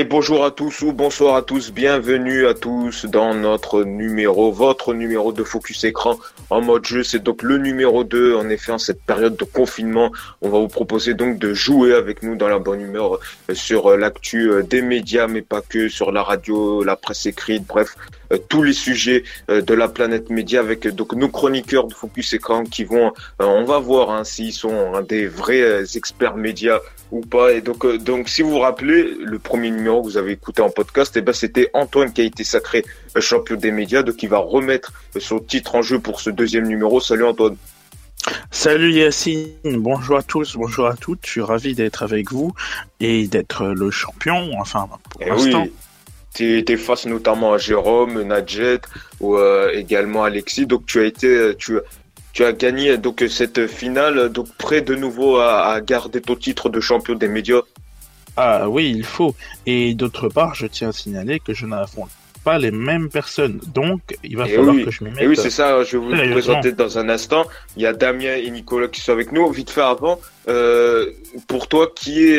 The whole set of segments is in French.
Bonjour à tous ou bonsoir à tous, bienvenue à tous dans notre numéro, votre numéro de Focus Écran en mode jeu. C'est donc le numéro 2. En effet, en cette période de confinement, on va vous proposer donc de jouer avec nous dans la bonne humeur sur l'actu des médias, mais pas que, sur la radio, la presse écrite, bref, tous les sujets de la planète média avec donc nos chroniqueurs de Focus Écran qui vont, on va voir s'ils sont des vrais experts médias ou pas. Et donc si vous vous rappelez, le premier numéro que vous avez écouté en podcast, c'était Antoine qui a été sacré champion des médias, donc il va remettre son titre en jeu pour ce deuxième numéro. Salut Antoine. Salut Yacine, bonjour à tous, bonjour à toutes, je suis ravi d'être avec vous et d'être le champion, enfin pour l'instant. Oui. T'es face notamment à Jérôme, Nadjet ou également Alexis, donc tu as gagné donc cette finale, donc prêt de nouveau à garder ton titre de champion des médias. Ah oui, il faut. Et d'autre part, je tiens à signaler que je n'affronte pas les mêmes personnes, donc il va falloir que je m'y mette. Et oui, c'est ça, je vais vous le présenter dans un instant. Il y a Damien et Nicolas qui sont avec nous. Vite fait avant, pour toi,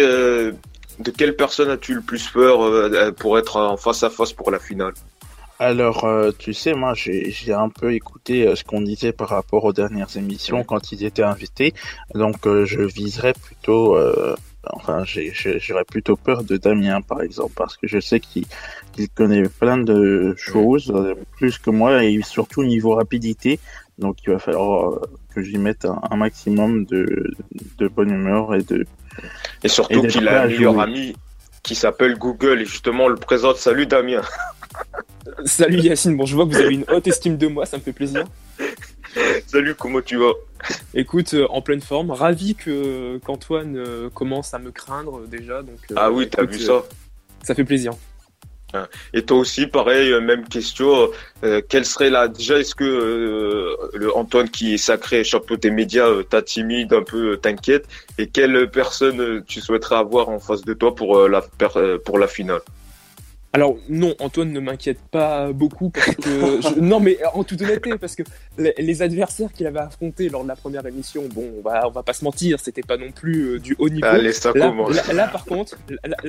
de quelle personne as-tu le plus peur pour être en face à face pour la finale? Alors, tu sais, moi, j'ai un peu écouté ce qu'on disait par rapport aux dernières émissions quand ils étaient invités. Donc, je viserais plutôt, j'aurais plutôt peur de Damien, par exemple, parce que je sais qu'il connaît plein de choses, plus que moi, et surtout niveau rapidité. Donc, il va falloir que j'y mette un maximum de bonne humeur et surtout qu'il a un meilleur ami qui s'appelle Google, et justement, on le présente. Salut Damien. Salut Yacine, bon je vois que vous avez une haute estime de moi, ça me fait plaisir. Salut, comment tu vas? Écoute, en pleine forme, ravi qu'Antoine commence à me craindre déjà. Donc, ah oui, t'as vu ça? Ça fait plaisir. Et toi aussi, pareil, même question, quelle serait déjà, est-ce que le Antoine qui est sacré champion des médias, t'as timide, un peu t'inquiète, et quelle personne tu souhaiterais avoir en face de toi pour la finale? Alors non, Antoine ne m'inquiète pas beaucoup parce que non mais en toute honnêteté parce que les adversaires qu'il avait affrontés lors de la première émission, bon on va pas se mentir, c'était pas non plus du haut niveau. Allez, ça commence. Là par contre,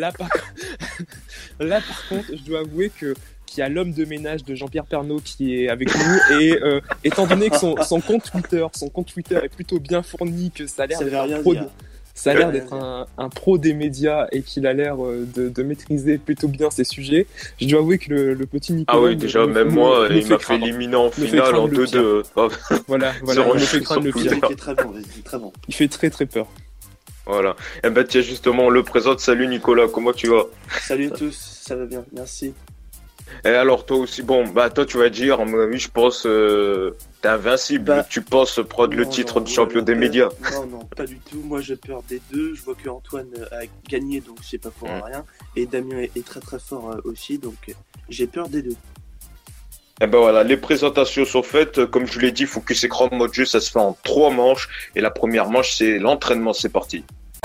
je dois avouer qu'il y a l'homme de ménage de Jean-Pierre Pernaut qui est avec nous et étant donné que son compte Twitter est plutôt bien fourni, que ça a l'air d'être un pro des médias et qu'il a l'air de maîtriser plutôt bien ses sujets. Je dois avouer que le petit Nicolas... Ah oui, déjà, même moi, il m'a fait éliminer en finale en 2-2. Voilà, il me fait craindre le pire. Il est très bon, très bon. Il fait très très peur. Voilà. Et ben tiens, justement, on le présente. Salut Nicolas, comment tu vas? Salut à tous, ça va bien, merci. Et alors toi aussi, toi tu vas dire, à mon avis, je pense, t'es invincible, tu penses prendre le titre de champion des médias. Non, pas du tout, moi j'ai peur des deux, je vois que Antoine a gagné, donc c'est pas pour rien, et Damien est très très fort aussi, donc j'ai peur des deux. Et ben voilà, les présentations sont faites, comme je l'ai dit, Focus Écran mode jeu, ça se fait en 3 manches, et la première manche c'est l'entraînement, c'est parti.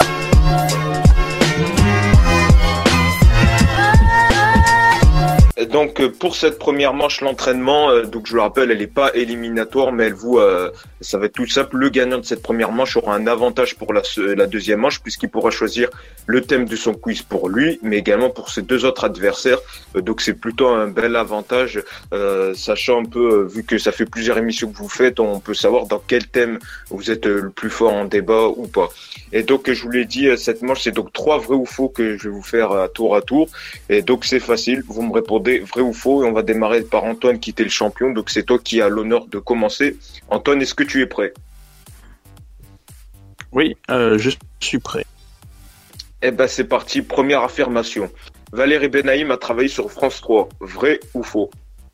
Donc pour cette première manche, l'entraînement, donc je le rappelle, elle n'est pas éliminatoire, mais ça va être tout simple. Le gagnant de cette première manche aura un avantage pour la deuxième manche, puisqu'il pourra choisir le thème de son quiz pour lui, mais également pour ses 2 autres adversaires. Donc c'est plutôt un bel avantage, sachant un peu, vu que ça fait plusieurs émissions que vous faites, on peut savoir dans quel thème vous êtes le plus fort en débat ou pas. Et donc je vous l'ai dit, cette manche c'est donc 3 vrais ou faux que je vais vous faire à tour. Et donc c'est facile, vous me répondez vrai ou faux, et on va démarrer par Antoine qui était le champion, donc c'est toi qui as l'honneur de commencer. Antoine, est-ce que tu es prêt? Oui, je suis prêt. Eh ben c'est parti, première affirmation. Valérie Benaïm a travaillé sur France 3, vrai ou faux?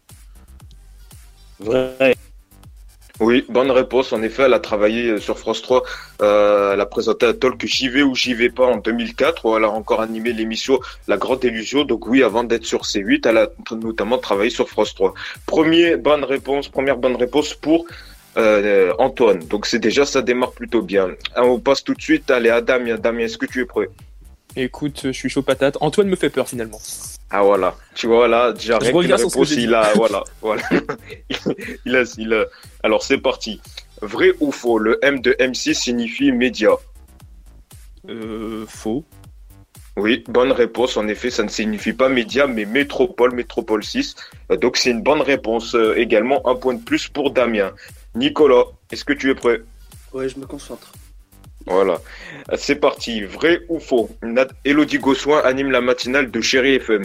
Vrai. Oui, bonne réponse. En effet, elle a travaillé sur France 3. Elle a présenté un talk J'y vais ou j'y vais pas en 2004, où elle a encore animé l'émission La Grande Illusion. Donc oui, avant d'être sur C8, elle a notamment travaillé sur France 3. Première bonne réponse pour Antoine. Donc c'est déjà, ça démarre plutôt bien. On passe tout de suite à Damien. Damien, est-ce que tu es prêt? Écoute, je suis chaud patate. Antoine me fait peur finalement. Ah voilà, tu vois là, déjà rien qu'une réponse, il a. Alors c'est parti. Vrai ou faux, le M de MC signifie média? Faux. Oui, bonne réponse. En effet, ça ne signifie pas média, mais métropole 6. Donc c'est une bonne réponse. Également, un point de plus pour Damien. Nicolas, est-ce que tu es prêt? Ouais, je me concentre. Voilà. C'est parti. Vrai ou faux? Élodie Gossuin anime la matinale de Chéri FM.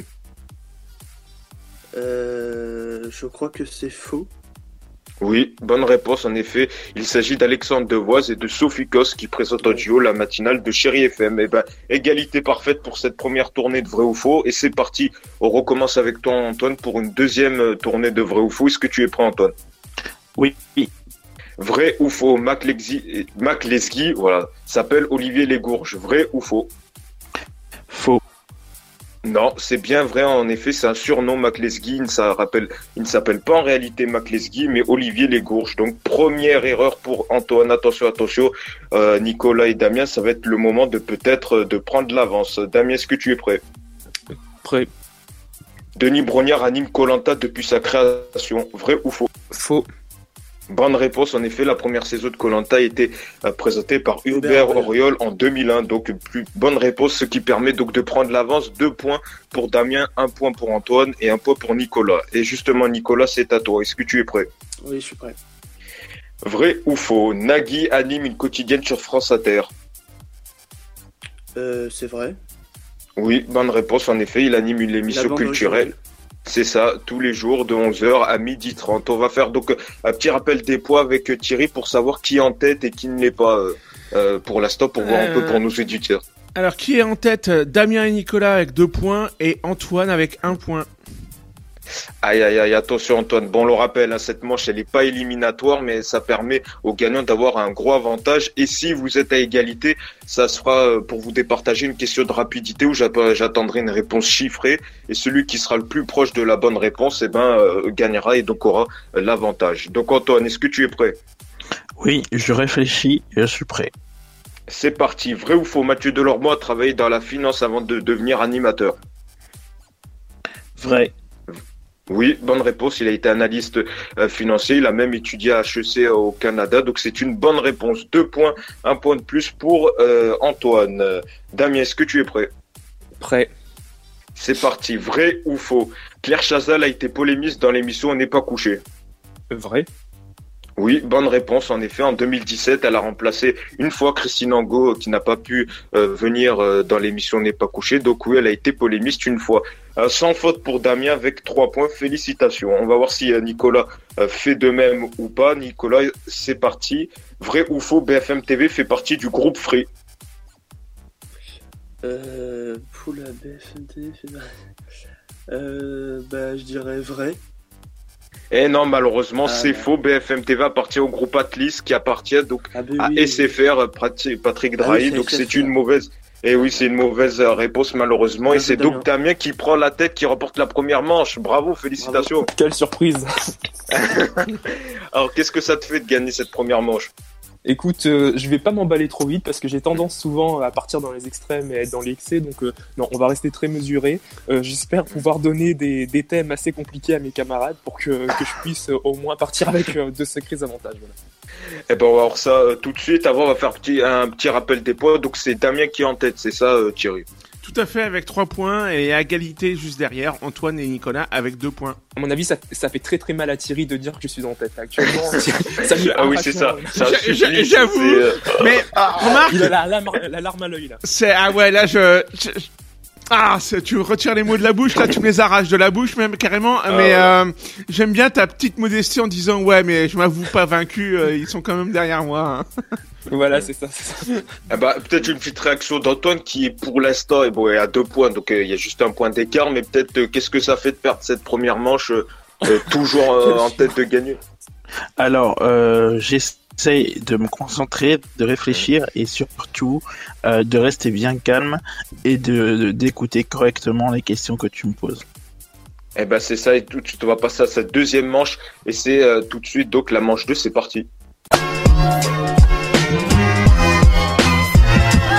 Je crois que c'est faux. Oui, bonne réponse. En effet, il s'agit d'Alexandre Devoise et de Sophie Cos qui présentent en duo la matinale de Chéri FM. Eh ben, égalité parfaite pour cette première tournée de vrai ou faux. Et c'est parti. On recommence avec toi, Antoine, pour une deuxième tournée de vrai ou faux. Est-ce que tu es prêt, Antoine? Oui. Vrai ou faux? Mac Lesguy, voilà, s'appelle Olivier Lesgourges. Vrai ou faux? Faux. Non, c'est bien vrai. En effet, c'est un surnom, Mac Lesguy. Il ne s'appelle pas en réalité Mac Lesguy, mais Olivier Lesgourges. Donc, première erreur pour Antoine. Attention. Nicolas et Damien, ça va être le moment de peut-être de prendre l'avance. Damien, est-ce que tu es prêt? Prêt. Denis Brognard anime Koh-Lanta depuis sa création. Vrai ou faux? Faux. Bonne réponse. En effet, la première saison de Koh-Lanta a été présentée par Hubert Auriol en 2001. Donc, bonne réponse, ce qui permet donc de prendre l'avance. 2 points pour Damien, 1 point pour Antoine et 1 point pour Nicolas. Et justement, Nicolas, c'est à toi. Est-ce que tu es prêt? Oui, je suis prêt. Vrai ou faux? Nagui anime une quotidienne sur France Inter. C'est vrai. Oui, bonne réponse. En effet, il anime une émission culturelle. C'est ça, tous les jours de 11h à 12h30. On va faire donc un petit rappel des poids avec Thierry pour savoir qui est en tête et qui ne l'est pas pour l'instant, pour voir un peu pour nos éditeurs. Alors, qui est en tête? Damien et Nicolas avec 2 points et Antoine avec 1 point. Aïe, attention Antoine. Bon, on le rappelle, hein, cette manche, elle n'est pas éliminatoire, mais ça permet aux gagnants d'avoir un gros avantage. Et si vous êtes à égalité, ça sera pour vous départager une question de rapidité où j'attendrai une réponse chiffrée. Et celui qui sera le plus proche de la bonne réponse, gagnera et donc aura l'avantage. Donc Antoine, est-ce que tu es prêt? Oui, je réfléchis et je suis prêt. C'est parti. Vrai ou faux? Mathieu Delormeau a travaillé dans la finance avant de devenir animateur. Vrai. Oui, bonne réponse. Il a été analyste financier. Il a même étudié à HEC au Canada. Donc, c'est une bonne réponse. 2 points, 1 point de plus pour Antoine. Damien, est-ce que tu es prêt? Prêt. C'est parti. Vrai ou faux? Claire Chazal a été polémiste dans l'émission On n'est pas couché. Vrai. Oui, bonne réponse. En effet, en 2017, elle a remplacé une fois Christine Angot qui n'a pas pu venir dans l'émission N'est pas couché. Donc oui, elle a été polémiste une fois. Sans faute pour Damien avec 3 points. Félicitations. On va voir si Nicolas fait de même ou pas. Nicolas, c'est parti. Vrai ou faux, BFM TV fait partie du groupe Free. Pour la BFM TV, je dirais vrai. Eh non, malheureusement, c'est faux. BFM TV appartient au groupe Atlis qui appartient donc à SFR, Patrick Drahi. Donc c'est une mauvaise. Et oui, c'est une mauvaise réponse malheureusement. Et c'est donc Damien qui prend la tête, qui remporte la première manche. Bravo, félicitations. Bravo. Quelle surprise. Alors, qu'est-ce que ça te fait de gagner cette première manche? Écoute, je vais pas m'emballer trop vite parce que j'ai tendance souvent à partir dans les extrêmes et à être dans l'excès, donc non, on va rester très mesuré. J'espère pouvoir donner des thèmes assez compliqués à mes camarades pour que je puisse au moins partir avec de sacrés avantages. Voilà. Eh ben on va voir ça tout de suite. Avant, on va faire un petit rappel des points. Donc c'est Damien qui est en tête, c'est ça Thierry? Tout à fait, avec 3 points et à égalité juste derrière, Antoine et Nicolas avec 2 points. À mon avis, ça fait très très mal à Thierry de dire que je suis en tête actuellement. Ça ah oui, c'est ça. J'avoue. Mais remarque, il a la larme à l'œil là. Tu retires les mots de la bouche, là, tu me les arraches de la bouche, même, carrément. J'aime bien ta petite modestie en disant, ouais, mais je m'avoue pas vaincu, ils sont quand même derrière moi. Hein. Voilà, c'est ça. Peut-être une petite réaction d'Antoine qui, pour l'instant, est à 2 points, donc il y a juste 1 point d'écart, mais peut-être, qu'est-ce que ça fait de perdre cette première manche, toujours en tête de gagner? Alors, j'essaie de me concentrer, de réfléchir et surtout de rester bien calme et d'écouter correctement les questions que tu me poses. Eh ben c'est ça, et tout de suite on va passer à cette deuxième manche et c'est tout de suite donc la manche 2, c'est parti.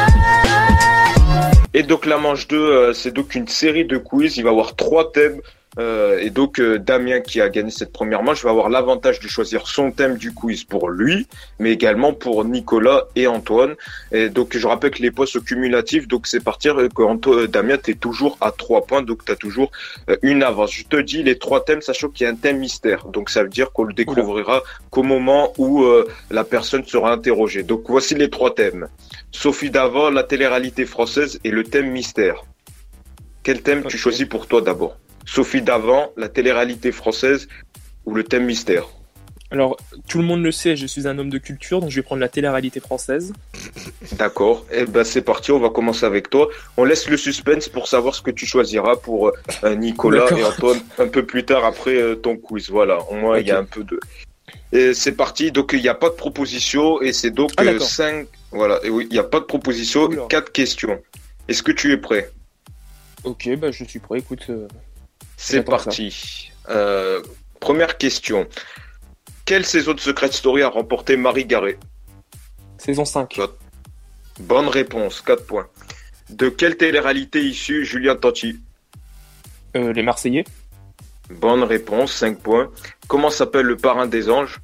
Et donc la manche 2, c'est donc une série de quiz, il va y avoir 3 thèmes. Et donc Damien qui a gagné cette première manche va avoir l'avantage de choisir son thème du quiz pour lui, mais également pour Nicolas et Antoine. Et donc je rappelle que les points sont cumulatifs, donc c'est partir que Damien t'es toujours à 3 points, donc t'as toujours une avance. Je te dis les 3 thèmes, sachant qu'il y a un thème mystère, donc ça veut dire qu'on le découvrira qu'au moment où la personne sera interrogée. Donc voici les 3 thèmes. Sophie Davant, la télé-réalité française et le thème mystère. Quel thème tu choisis pour toi d'abord? Sophie Davant, la télé-réalité française ou le thème mystère? Alors, tout le monde le sait, je suis un homme de culture, donc je vais prendre la télé-réalité française. D'accord. Eh ben, c'est parti, on va commencer avec toi. On laisse le suspense pour savoir ce que tu choisiras pour Nicolas et Antoine un peu plus tard après ton quiz. Voilà, au moins il y a un peu de... Et c'est parti, donc il n'y a pas de proposition et c'est donc 5... Voilà, et oui, il n'y a pas de proposition, 4 questions. Est-ce que tu es prêt? Ok, bah je suis prêt, écoute... C'est parti. Première question. Quelle saison de Secret Story a remporté Marie Garret? Saison 5. Bonne réponse, 4 points. De quelle télé-réalité issue Julien Tanti? Les Marseillais. Bonne réponse, 5 points. Comment s'appelle le parrain des anges?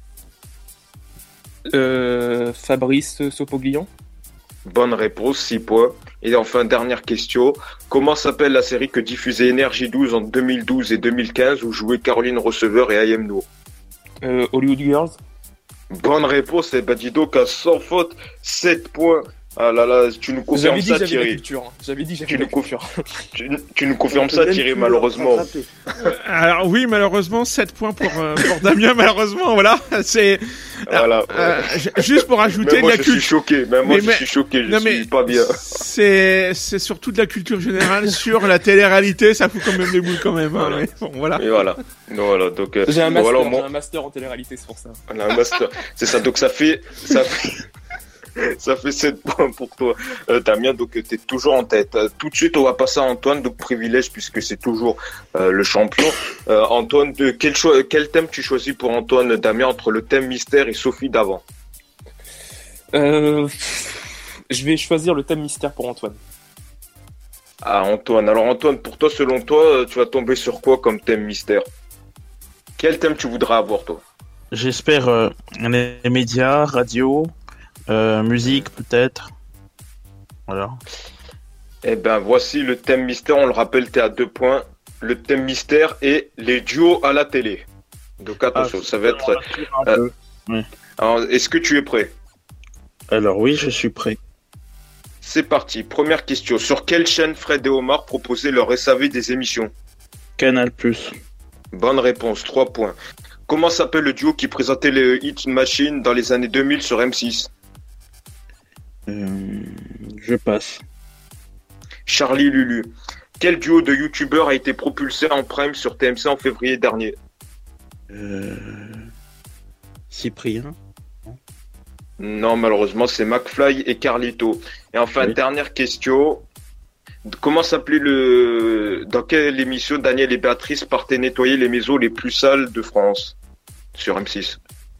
Fabrice Sopoglion. Bonne réponse, 6 points. Et enfin, dernière question. Comment s'appelle la série que diffusait Énergie 12 en 2012 et 2015 où jouaient Caroline Receveur et I Am No? Hollywood Girls. Bonne réponse. Et ben dis donc, à sans faute, 7 points. Ah là là, tu nous confirmes ça, Thierry. J'avais dit que j'avais la culture. Tu nous confirmes ça, Thierry, malheureusement. Alors oui, malheureusement, 7 points pour Damien, malheureusement, voilà. C'est voilà. Juste pour ajouter de la culture. Je suis choqué, je suis choqué, je suis pas bien. C'est surtout de la culture générale sur la télé-réalité, ça fout quand même des boules quand même. Voilà. Hein, mais bon, voilà. Et voilà. Donc j'ai un master en télé-réalité, c'est pour ça. Voilà, un master. C'est ça, donc ça fait 7 points pour toi, Damien, donc tu es toujours en tête. Tout de suite, on va passer à Antoine, donc privilège puisque c'est toujours le champion. Antoine, quel thème tu choisis pour Antoine, Damien, entre le thème mystère et Sophie Davant? Je vais choisir le thème mystère pour Antoine. Ah, Antoine. Alors Antoine, pour toi, selon toi, tu vas tomber sur quoi comme thème mystère? Quel thème tu voudras avoir, toi? J'espère les médias, radio... musique peut-être. Voilà. Eh ben voici le thème mystère, on le rappelle, t'es à 2 points. Le thème mystère est les duos à la télé. Donc attention, ça va être... Oui. Alors, est-ce que tu es prêt? Alors oui, je suis prêt. C'est parti, première question. Sur quelle chaîne Fred et Omar proposaient leur SAV des émissions? Canal+. Bonne réponse, 3 points. Comment s'appelle le duo qui présentait les Hit Machine dans les années 2000 sur M6? Je passe. Charlie Lulu. Quel duo de youtubeurs a été propulsé en prime sur TMC en février dernier? Cyprien. Non, malheureusement, c'est McFly et Carlito. Et enfin, dernière question. Comment s'appelait dans quelle émission Daniel et Béatrice partaient nettoyer les maisons les plus sales de France sur M6?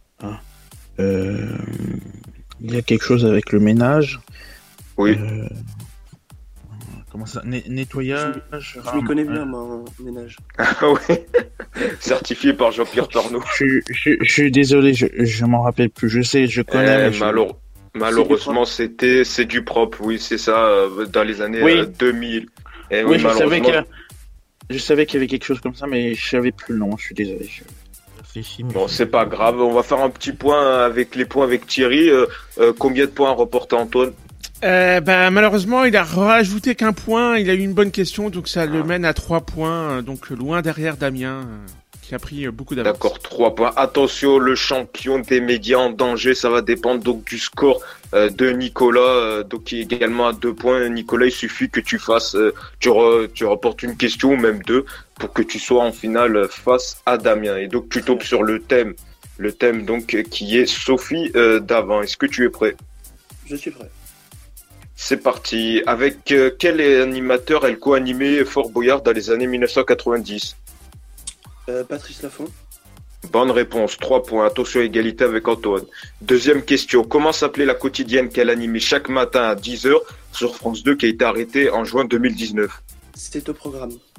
Il y a quelque chose avec le ménage. Oui. Comment ça? Nettoyage. Je me connais bien, moi, ménage. Ah oui. Certifié par Jean-Pierre Torneau. Je suis désolé, je m'en rappelle plus. Je sais, je connais. Malheureusement, c'est du propre. Oui, c'est ça. Dans les années 2000. Et oui, je savais qu'il y avait quelque chose comme ça, mais je savais plus le nom. Je suis désolé. Bon, c'est pas grave. On va faire un petit point avec les points avec Thierry. Combien de points a reporté Antoine? Malheureusement, il a rajouté qu'un point. Il a eu une bonne question, donc ça le mène à 3 points. Donc loin derrière Damien, qui a pris beaucoup d'avance. D'accord, 3 points. Attention, le champion des médias en danger. Ça va dépendre donc du score de Nicolas, donc qui est également à 2 points. Nicolas, il suffit que tu fasses, tu reportes une question ou même 2 pour que tu sois en finale face à Damien. Et donc tu tombes sur le thème donc qui est Sophie Davant. Est-ce que tu es prêt? Je suis prêt. C'est parti. Avec quel animateur elle co-animait Fort Boyard dans les années 1990? Patrice Laffont. Bonne réponse, 3 points. Attention à égalité avec Antoine. Deuxième question. Comment s'appelait la quotidienne qu'elle animait chaque matin à 10h sur France 2 qui a été arrêtée en juin 2019? C'était au programme.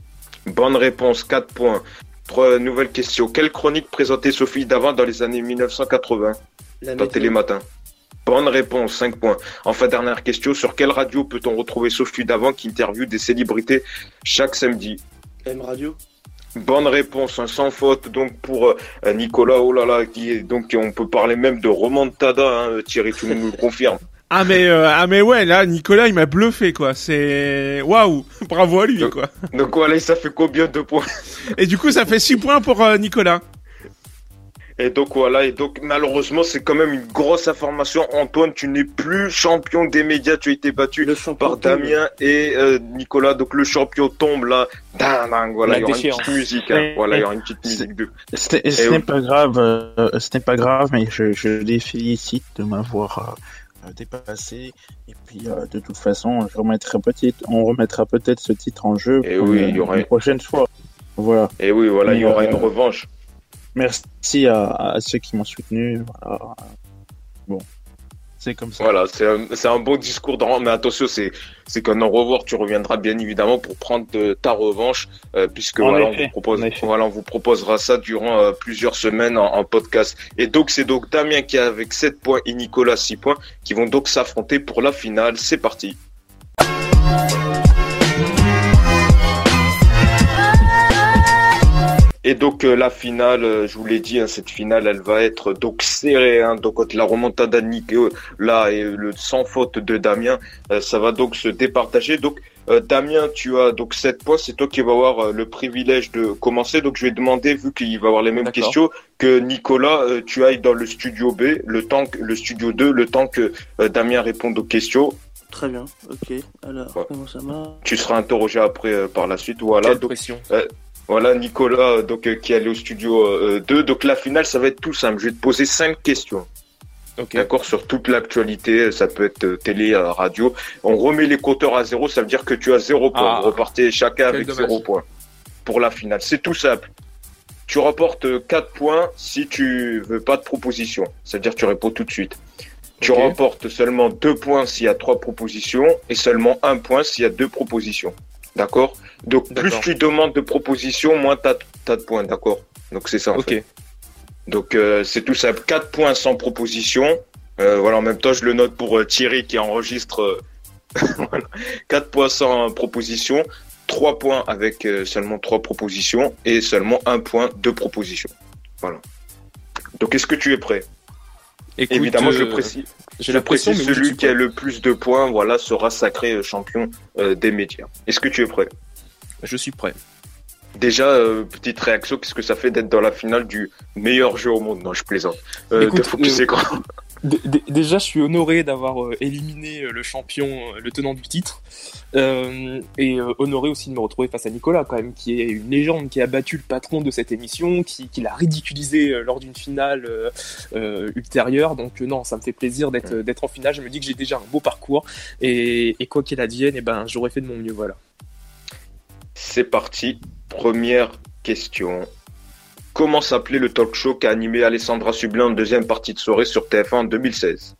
Bonne réponse, 4 points. Nouvelle question. Quelle chronique présentait Sophie Davant dans les années 1980 dans Télématin? Bonne réponse, 5 points. Enfin, dernière question. Sur quelle radio peut-on retrouver Sophie Davant qui interviewe des célébrités chaque samedi? M Radio. Bonne réponse, sans faute donc pour Nicolas. Oh là là, donc on peut parler même de remontada, hein, Thierry, tu nous le confirmes. Ah mais ouais, là Nicolas il m'a bluffé quoi. C'est waouh, bravo à lui donc, quoi. Donc voilà, ça fait combien de points? Et du coup ça fait 6 points pour Nicolas. Et donc voilà, et donc malheureusement c'est quand même une grosse information. Antoine, tu n'es plus champion des médias, tu as été battu par Damien et Nicolas. Donc le champion tombe là. Voilà, il y aura une petite musique. Hein. Voilà, il y aura une petite musique de. Ce n'est pas grave, ce n'est pas grave, mais je les félicite de m'avoir dépassé. Et puis de toute façon, on remettra peut-être ce titre en jeu pour une prochaine fois. Voilà. Et oui, voilà, il y aura une revanche. Merci à ceux qui m'ont soutenu. Voilà. Bon, c'est comme ça. Voilà, c'est un bon discours. Mais attention, c'est qu'en au revoir, tu reviendras bien évidemment pour prendre ta revanche, puisque voilà, on vous proposera ça durant plusieurs semaines en podcast. Et donc, c'est donc Damien qui a avec 7 points et Nicolas 6 points qui vont donc s'affronter pour la finale. C'est parti. Et donc la finale, je vous l'ai dit, hein, cette finale, elle va être donc serrée. Hein, donc entre la remontada de Nicolas et le sans faute de Damien, ça va donc se départager. Donc Damien, tu as donc 7 points, c'est toi qui vas avoir le privilège de commencer. Donc je vais demander, vu qu'il va avoir les mêmes questions, que Nicolas, tu ailles dans le studio B, le studio 2, le temps que Damien réponde aux questions. Très bien, ok. Alors, comment ça marche? Tu seras interrogé après par la suite. Voilà. Quelle donc, pression. Voilà Nicolas qui est allé au studio 2. Donc la finale, ça va être tout simple. Je vais te poser 5 questions. Okay. D'accord, sur toute l'actualité, ça peut être télé, radio. On remet les compteurs à 0, ça veut dire que tu as 0 points. Vous repartez chacun avec 0 points pour la finale. C'est tout simple. Tu rapportes 4 points si tu veux pas de proposition. C'est-à-dire que tu réponds tout de suite. Tu rapportes seulement 2 points s'il y a 3 propositions et seulement 1 point s'il y a 2 propositions. D'accord? Donc, plus tu demandes de propositions, moins t'as de points, d'accord? Donc, c'est ça, en fait. Donc, c'est tout simple. 4 points sans proposition. Voilà, en même temps, je le note pour Thierry qui enregistre. Voilà. 4 points sans proposition. 3 points avec seulement 3 propositions. Et seulement 1 point de proposition. Voilà. Donc, est-ce que tu es prêt? Écoute, évidemment, je précise. Je précise, celui qui a le plus de points, voilà, sera sacré champion des médias. Est-ce que tu es prêt? Je suis prêt. Déjà, petite réaction, qu'est-ce que ça fait d'être dans la finale du meilleur jeu au monde? Non, je plaisante. Écoute, de Focus Écran. Déjà, je suis honoré d'avoir éliminé le champion, le tenant du titre, et honoré aussi de me retrouver face à Nicolas, quand même, qui est une légende, qui a battu le patron de cette émission, qui l'a ridiculisé lors d'une finale ultérieure. Donc non, ça me fait plaisir d'être en finale. Je me dis que j'ai déjà un beau parcours, et quoi qu'il advienne, j'aurais fait de mon mieux, voilà. C'est parti. Première question. Comment s'appelait le talk show qu'a animé Alessandra Sublet en deuxième partie de soirée sur TF1 en 2016?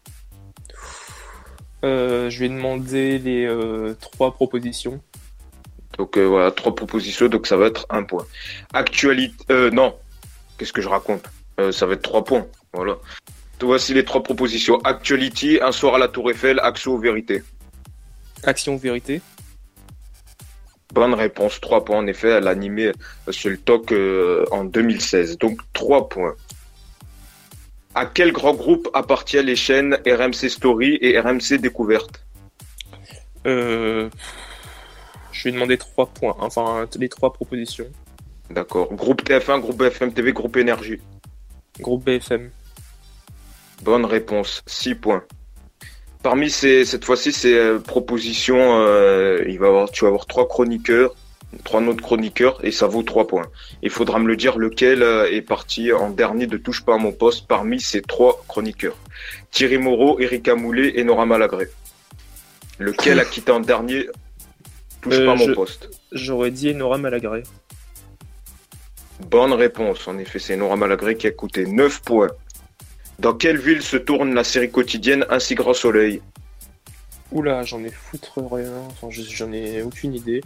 Je vais demander les 3 propositions. Donc voilà, 3 propositions, donc ça va être 1 point. Actualité... non, qu'est-ce que je raconte? Ça va être 3 points, voilà. Voici les 3 propositions. Actuality, Un soir à la Tour Eiffel, Action ou Vérité? Action ou Vérité? Bonne réponse, 3 points. En effet, elle a animé sur le talk en 2016. Donc 3 points. À quel grand groupe appartiennent les chaînes RMC Story et RMC Découverte? Je vais demander 3 points. Enfin, les 3 propositions. D'accord. Groupe TF1, groupe BFM TV, groupe Énergie. Groupe BFM. Bonne réponse, 6 points. Parmi cette fois-ci, ces propositions, tu vas avoir 3 chroniqueurs, 3 noms de chroniqueurs, et ça vaut 3 points. Il faudra me le dire lequel est parti en dernier de Touche pas à mon poste parmi ces 3 chroniqueurs. Thierry Moreau, Erika Moulet et Nora Malagré. Lequel a quitté en dernier Touche pas à mon poste? J'aurais dit Nora Malagré. Bonne réponse. En effet, c'est Nora Malagré qui a coûté 9 points. Dans quelle ville se tourne la série quotidienne Un si grand soleil? Oula, j'en ai foutre rien. Enfin, j'en ai aucune idée.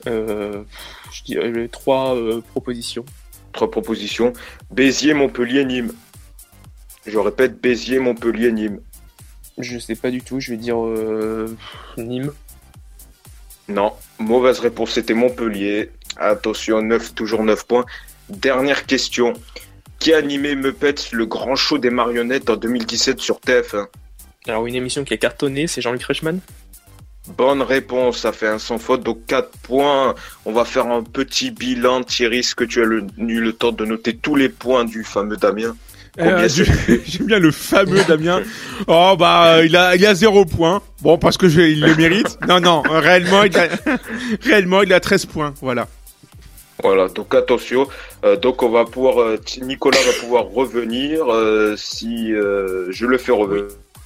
Je dirais 3 propositions. 3 propositions. Béziers, Montpellier, Nîmes. Je répète, Béziers, Montpellier, Nîmes. Je sais pas du tout, je vais dire Nîmes. Non, mauvaise réponse, c'était Montpellier. Attention, toujours 9 points. Dernière question. Qui a animé Muppets, le grand show des marionnettes en 2017 sur TF1? Alors une émission qui a cartonné, c'est Jean-Luc Reichmann. Bonne réponse, ça fait un sans faute, donc 4 points. On va faire un petit bilan. Thierry, est-ce que tu as eu le temps de noter tous les points du fameux Damien? J'aime bien le fameux Damien. Oh bah il a 0 points. Bon parce que il le mérite. Non, réellement il a 13 points, voilà. Voilà, donc attention. Donc on va pouvoir Nicolas va pouvoir revenir si je le fais revenir.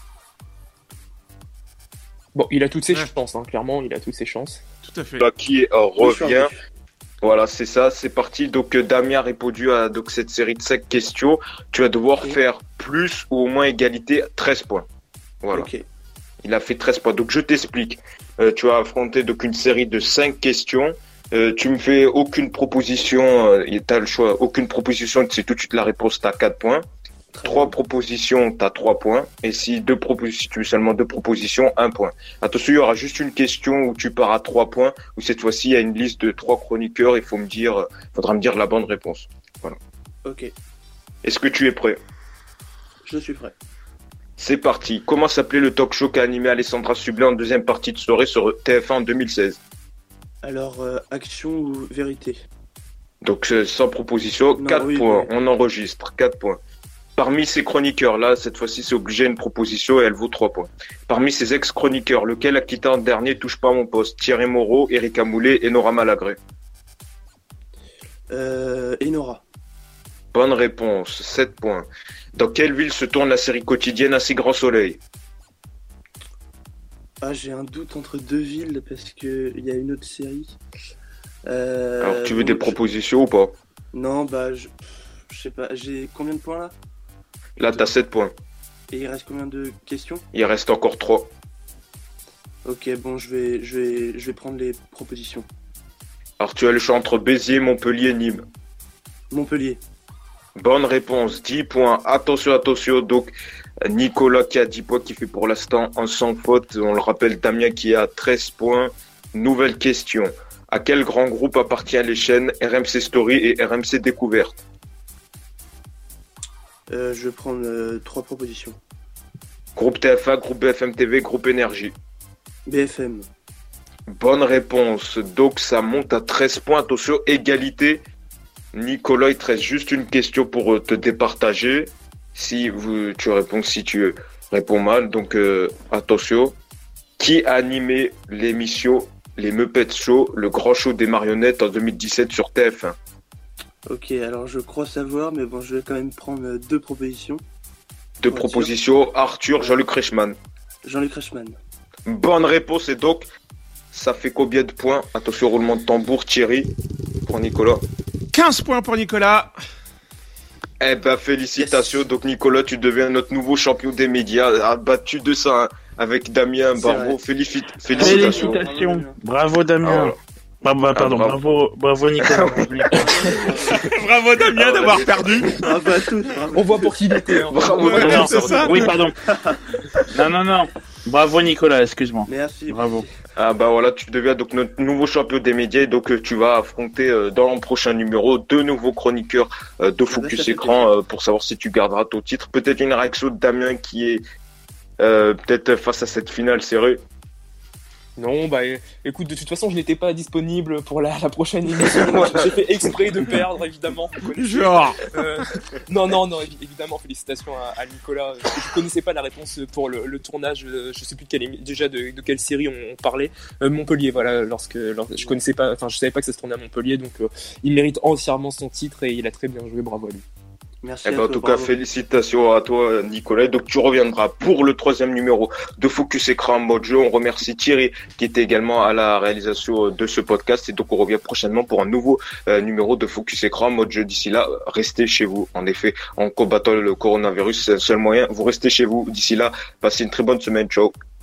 Bon, il a toutes ses chances, hein, clairement, il a toutes ses chances. Tout à fait. Qui revient. Voilà, c'est ça, c'est parti. Donc Damien a répondu à cette série de 5 questions. Tu vas devoir faire plus ou au moins égalité 13 points. Voilà. Okay. Il a fait 13 points. Donc je t'explique. Tu vas affronter donc une série de 5 questions. Tu me fais aucune proposition, t'as le choix, aucune proposition, c'est tout de suite la réponse, t'as 4 points. 3 propositions, t'as 3 points. Et si tu veux seulement 2 propositions, 1 point. Attention, il y aura juste une question où tu pars à 3 points, où cette fois-ci, il y a une liste de 3 chroniqueurs, il faudra me dire la bonne réponse. Voilà. Ok. Est-ce que tu es prêt? Je suis prêt. C'est parti. Comment s'appelait le talk show qu'a animé Alessandra Sublet en deuxième partie de soirée sur TF1 en 2016? Alors, action ou vérité? Donc, sans proposition, 4 points. Oui. On enregistre, 4 points. Parmi ces chroniqueurs, là, cette fois-ci, c'est obligé une proposition et elle vaut 3 points. Parmi ces ex-chroniqueurs, lequel a quitté en dernier touche pas à mon poste? Thierry Moreau, Erika Moulet et Nora Malagré. Et Nora. Bonne réponse, 7 points. Dans quelle ville se tourne la série quotidienne Assez Grand Soleil? Ah, j'ai un doute entre 2 villes parce que il y a une autre série. Alors, tu veux des propositions ou pas? Non, bah, je sais pas. J'ai combien de points là? Là, t'as 7 points. Et il reste combien de questions? Il reste encore 3. Ok, bon, je vais prendre les propositions. Alors, tu as le choix entre Béziers, Montpellier, Nîmes. Montpellier. Bonne réponse, 10 points. Attention. Donc, Nicolas qui a 10 points, qui fait pour l'instant un sans faute. On le rappelle, Damien qui a 13 points. Nouvelle question. À quel grand groupe appartient les chaînes RMC Story et RMC Découverte? Je vais prendre 3 propositions. Groupe TF1, groupe BFM TV, groupe Énergie. BFM. Bonne réponse. Donc ça monte à 13 points. Attention, égalité. Nicolas, il te reste juste une question pour te départager. Si tu réponds mal. Donc attention. Qui a animé l'émission Les Muppets Show, le grand show des marionnettes en 2017 sur TF1? Ok, alors je crois savoir, mais bon, je vais quand même prendre 2 propositions. 2 propositions, Arthur, Jean-Luc Reichmann. Jean-Luc Reichmann. Bonne réponse, et donc, ça fait combien de points? Attention, roulement de tambour, Thierry, pour Nicolas. 15 points pour Nicolas. Eh ben, félicitations. Yes. Donc, Nicolas, tu deviens notre nouveau champion des médias, a battu de ça avec Damien. Bravo, félicitations. Bravo, Damien. Bravo Nicolas. Bravo Damien d'avoir perdu. Bravo à tous. On voit pour qui il était. Hein. Bravo. C'est ça. Oui, pardon. Non. Bravo Nicolas, excuse-moi. Merci. Bravo. Ah bah voilà, tu deviens donc notre nouveau champion des médias et donc tu vas affronter dans le prochain numéro 2 nouveaux chroniqueurs de Focus Écran pour savoir si tu garderas ton titre. Peut-être une réaction de Damien qui est peut-être face à cette finale serrée. Non, bah écoute, de toute façon, je n'étais pas disponible pour la prochaine émission. J'ai fait exprès de perdre, évidemment. Genre Non, évidemment, félicitations à Nicolas. Je connaissais pas la réponse pour le tournage, je sais plus de quelle série on parlait. Montpellier, voilà, je connaissais pas, enfin, je savais pas que ça se tournait à Montpellier, donc il mérite entièrement son titre et il a très bien joué, bravo à lui. Merci. En tout cas, félicitations à toi, Nicolas. Donc, tu reviendras pour le 3e numéro de Focus Écran en mode jeu. On remercie Thierry, qui était également à la réalisation de ce podcast. Et donc, on revient prochainement pour un nouveau numéro de Focus Écran en mode jeu. D'ici là, restez chez vous. En effet, en combattant le coronavirus, c'est un seul moyen. Vous restez chez vous. D'ici là, passez une très bonne semaine. Ciao.